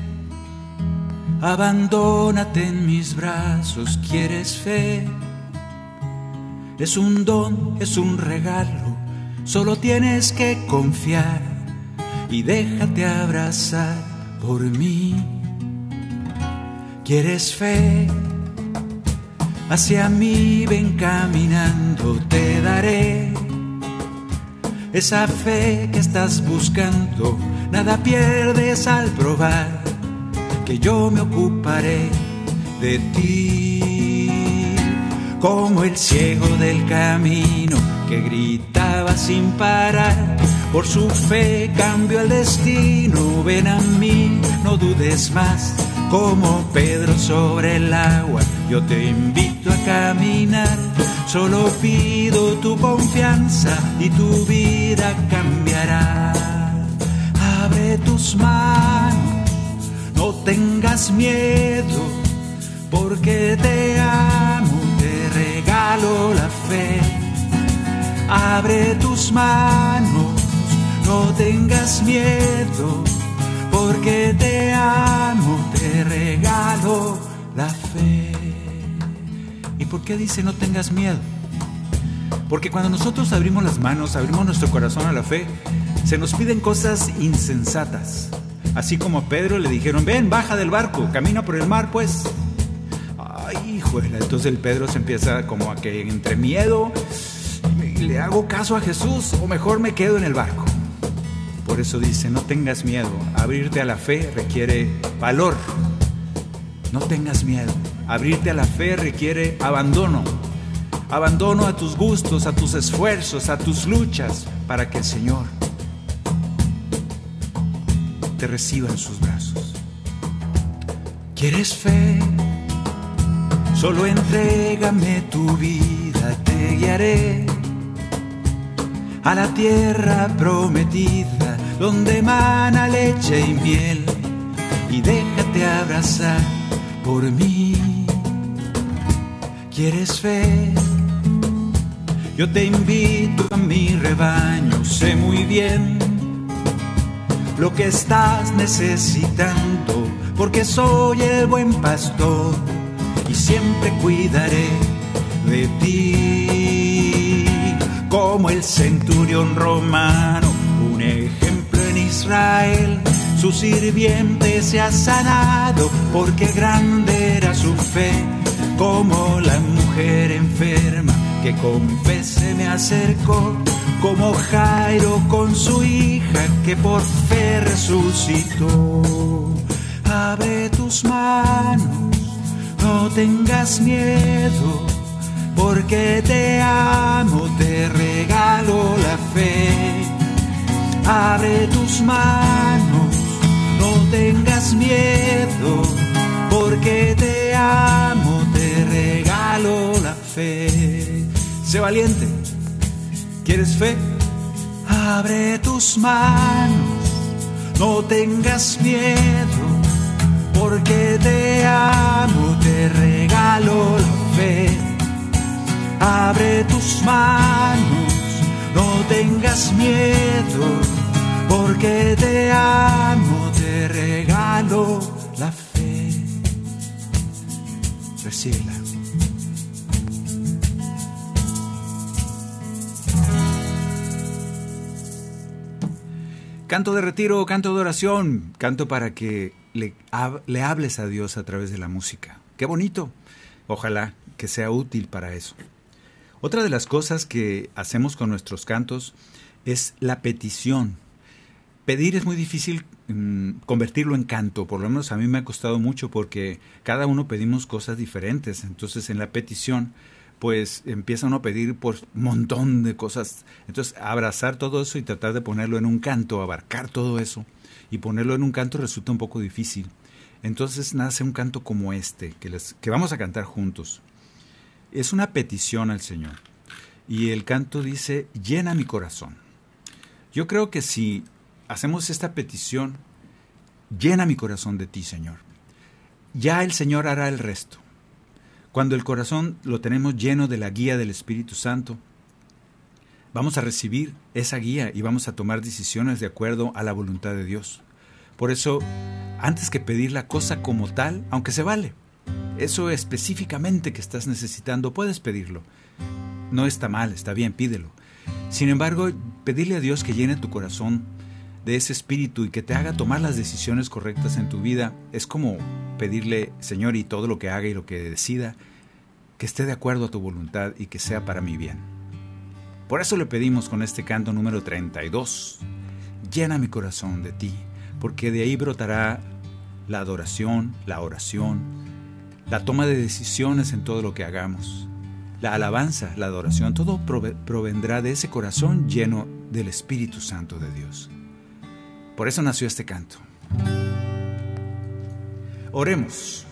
Abandónate en mis brazos, ¿quieres fe? Es un don, es un regalo, solo tienes que confiar y déjate abrazar por mí. ¿Quieres fe? Hacia mí ven caminando, te daré esa fe que estás buscando. Nada pierdes al probar que yo me ocuparé de ti. como el ciego del camino que gritaba sin parar. Por su fe cambió el destino, ven a mí, no dudes más. Como Pedro sobre el agua, yo te invito a caminar. Solo pido tu confianza y tu vida cambiará. Abre tus manos, no tengas miedo, porque te amo, te regalo la fe. Abre tus manos, no tengas miedo, porque te amo, te regalo la fe. ¿Y por qué dice no tengas miedo? Porque cuando nosotros abrimos las manos, abrimos nuestro corazón a la fe, se nos piden cosas insensatas. Así como a Pedro le dijeron, ven, baja del barco, camina por el mar, pues. Ay, hijuela, entonces el Pedro se empieza como a que entre miedo, ¿le hago caso a Jesús o mejor me quedo en el barco? Por eso dice, no tengas miedo. Abrirte a la fe requiere valor. No tengas miedo. Abrirte a la fe requiere abandono. Abandono a tus gustos, a tus esfuerzos, a tus luchas, para que el Señor te reciba en sus brazos. ¿Quieres fe? Solo entrégame tu vida, te guiaré a la tierra prometida, donde emana leche y miel, y déjate abrazar por mí. ¿Quieres fe? Yo te invito a mi rebaño, sé muy bien lo que estás necesitando, porque soy el buen pastor y siempre cuidaré de ti. Como el centurión romano, un ejemplo en Israel, su sirviente se ha sanado, porque grande era su fe. Como la mujer enferma que con fe se me acercó, como Jairo con su hija que por fe resucitó. Abre tus manos, no tengas miedo, porque te amo, te regalo la fe. Abre tus manos, no tengas miedo, porque te amo, te regalo la fe. Sé valiente. ¿Quieres fe? Abre tus manos, no tengas miedo, porque te amo, te regalo la fe. Abre tus manos, no tengas miedo, porque te amo, te regalo la fe. Recíbela. Canto de retiro, canto de oración, canto para que le, hab, le hables a Dios a través de la música. ¡Qué bonito! Ojalá que sea útil para eso. Otra de las cosas que hacemos con nuestros cantos es la petición. Pedir es muy difícil mmm, convertirlo en canto, por lo menos a mí me ha costado mucho porque cada uno pedimos cosas diferentes. Entonces en la petición pues empieza uno a pedir por un montón de cosas. Entonces abrazar todo eso y tratar de ponerlo en un canto, abarcar todo eso y ponerlo en un canto resulta un poco difícil. Entonces nace un canto como este, que, les, que vamos a cantar juntos. Es una petición al Señor. Y el canto dice, llena mi corazón. Yo creo que si hacemos esta petición, llena mi corazón de ti, Señor. Ya el Señor hará el resto. Cuando el corazón lo tenemos lleno de la guía del Espíritu Santo, vamos a recibir esa guía y vamos a tomar decisiones de acuerdo a la voluntad de Dios. Por eso, antes que pedir la cosa como tal, aunque se vale, eso específicamente que estás necesitando, puedes pedirlo. No está mal, está bien, pídelo. Sin embargo, pedirle a Dios que llene tu corazón de ese espíritu y que te haga tomar las decisiones correctas en tu vida, es como pedirle, Señor, y todo lo que haga y lo que decida, que esté de acuerdo a tu voluntad y que sea para mi bien. Por eso le pedimos con este canto número treinta y dos, llena mi corazón de ti, porque de ahí brotará la adoración, la oración, la toma de decisiones en todo lo que hagamos. la alabanza, la adoración, todo provendrá de ese corazón lleno del Espíritu Santo de Dios. Por eso nació este canto. Oremos.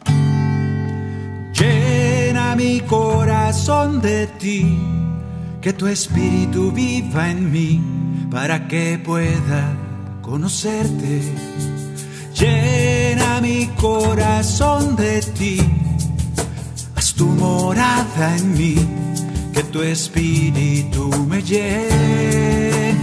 Llena mi corazón de ti, que tu Espíritu viva en mí, para que pueda conocerte. Llena mi corazón de ti, haz tu morada en mí, que tu Espíritu me llene.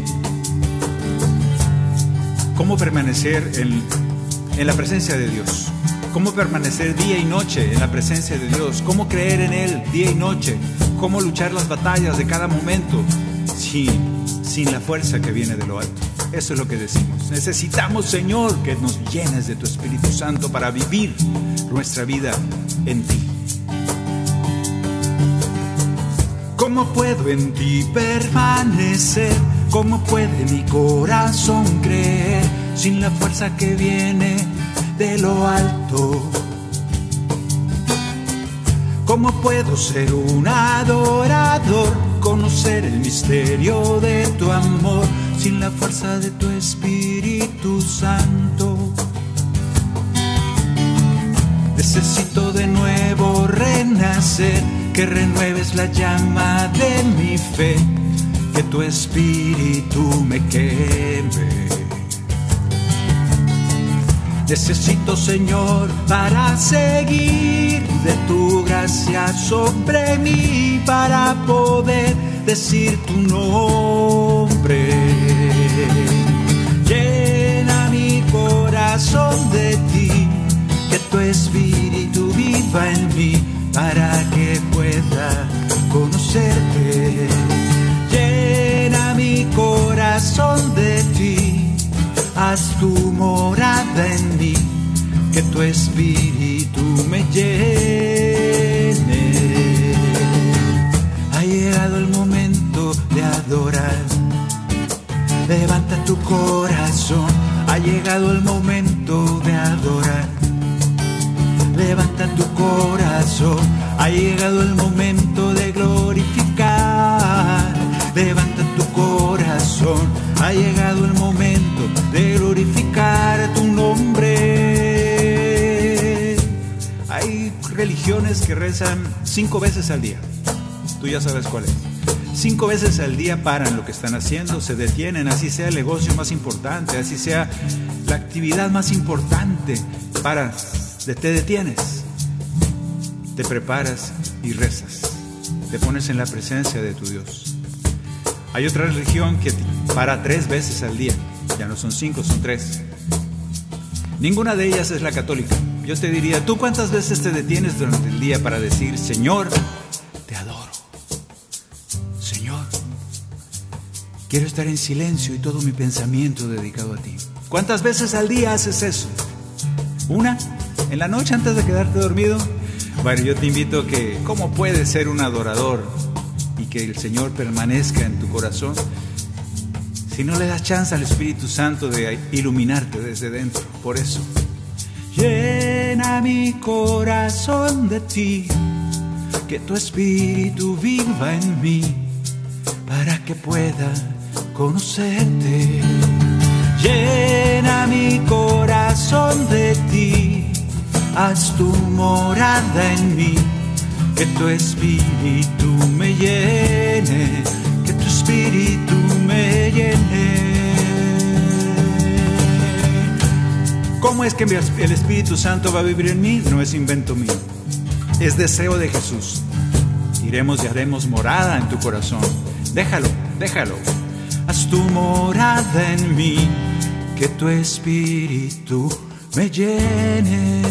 ¿Cómo permanecer en, en la presencia de Dios? ¿Cómo permanecer día y noche en la presencia de Dios? ¿Cómo creer en Él día y noche? ¿Cómo luchar las batallas de cada momento sin, sin la fuerza que viene de lo alto? Eso es lo que decimos. Necesitamos, Señor, que nos llenes de tu Espíritu Santo para vivir nuestra vida en ti. ¿Cómo puedo en ti permanecer? ¿Cómo puede mi corazón creer sin la fuerza que viene de lo alto? ¿Cómo puedo ser un adorador, conocer el misterio de tu amor sin la fuerza de tu Espíritu Santo? Necesito de nuevo renacer, que renueves la llama de mi fe, que tu Espíritu me queme. Necesito, Señor, para seguir de tu gracia sobre mí, para poder decir tu nombre. Llena mi corazón de ti, que tu Espíritu viva en mí, para que pueda conocerte. Llena mi corazón de ti, haz tu morada en mí, que tu Espíritu me llene. Ha llegado el momento de adorar. Levanta tu corazón. Ha llegado el momento de adorar. Levanta tu corazón. Ha llegado el momento de glorificar. Levanta tu corazón. Ha llegado el momento de glorificar tu nombre. Hay religiones que rezan cinco veces al día. Tú ya sabes cuál es. Cinco veces al día paran lo que están haciendo, se detienen, así sea el negocio más importante, así sea la actividad más importante. Paras, te detienes, te preparas y rezas. Te pones en la presencia de tu Dios. Hay otra religión que para tres veces al día. Ya no son cinco, son tres. Ninguna de ellas es la católica. Yo te diría, ¿tú cuántas veces te detienes durante el día para decir, Señor, te adoro? Señor, quiero estar en silencio y todo mi pensamiento dedicado a ti. ¿Cuántas veces al día haces eso? ¿Una? ¿En la noche antes de quedarte dormido? Bueno, yo te invito a que, ¿cómo puedes ser un adorador y que el Señor permanezca en tu corazón si no le das chance al Espíritu Santo de iluminarte desde dentro? Por eso, llena mi corazón de ti, que tu Espíritu viva en mí, para que pueda conocerte. Llena mi corazón de ti, haz tu morada en mí, que tu Espíritu me llene, que tu Espíritu me llene. ¿Cómo es que el Espíritu Santo va a vivir en mí? No es invento mío, es deseo de Jesús. Iremos y haremos morada en tu corazón. Déjalo, déjalo. Haz tu morada en mí, que tu Espíritu me llene.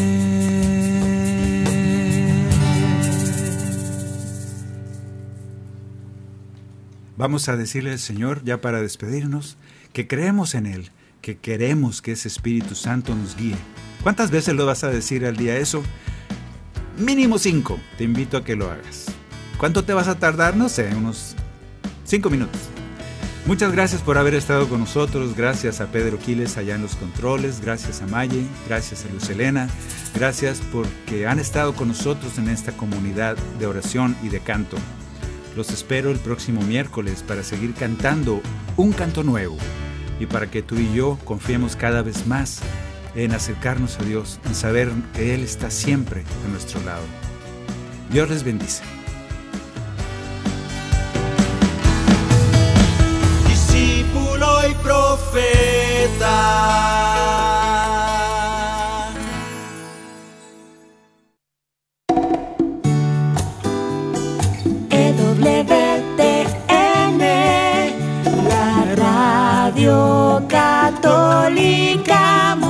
Vamos a decirle al Señor, ya para despedirnos, que creemos en Él, que queremos que ese Espíritu Santo nos guíe. ¿Cuántas veces lo vas a decir al día eso? Mínimo cinco. Te invito a que lo hagas. ¿Cuánto te vas a tardar? No sé, unos cinco minutos. Muchas gracias por haber estado con nosotros, gracias a Pedro Quiles allá en los controles, gracias a Maye, gracias a Luz Elena, gracias porque han estado con nosotros en esta comunidad de oración y de canto. Los espero el próximo miércoles para seguir cantando un canto nuevo y para que tú y yo confiemos cada vez más en acercarnos a Dios, en saber que Él está siempre a nuestro lado. Dios les bendice. Discípulo y profeta. E W T N, la Radio Católica Mundial.